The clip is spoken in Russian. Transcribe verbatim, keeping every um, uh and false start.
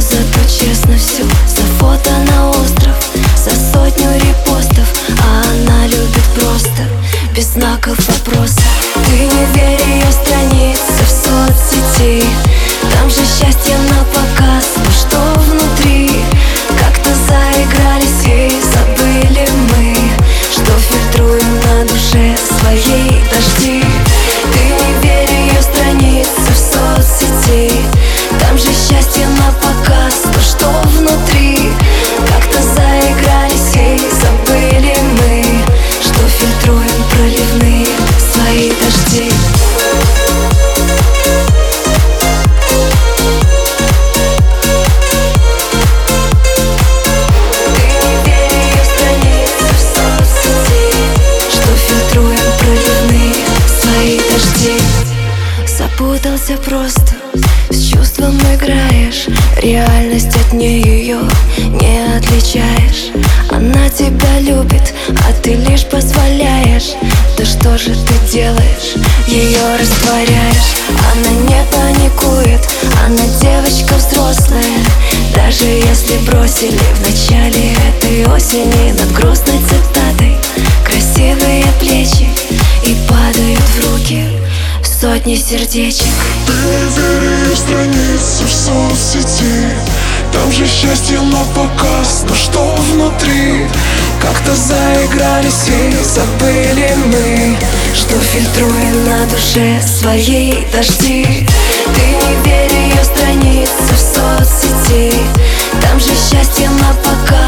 зато честно все. За фото на остров, за сотню репостов. А она любит просто, без знаков вопроса. Ты не верь ее странице в соцсети, там же счастье на показ, но что внутри? Как-то заигрались и забыли мы, что фильтруем на душе своей дожди. Ты не верь ее странице в соцсети, там же счастье на показ, но что внутри? Как-то заигрались и забыли мы, что фильтруем проливные свои дожди. Запутался просто, с чувством играешь, реальность от нее не отличаешь. Она тебя любит, а ты лишь позволяешь. Да что же ты делаешь? Ее растворяешь. Она не паникует, она девочка взрослая. Даже если бросили в начале этой осени над грустной цитатой красивые плечи и падают в руки сотни сердечек. Ты верь ее странице в соцсети, там же счастье на показ, но что внутри? Как-то заигрались и забыли мы, что фильтруем на душе своей дожди. Ты не верь ее странице в соцсети, там же счастье на показ.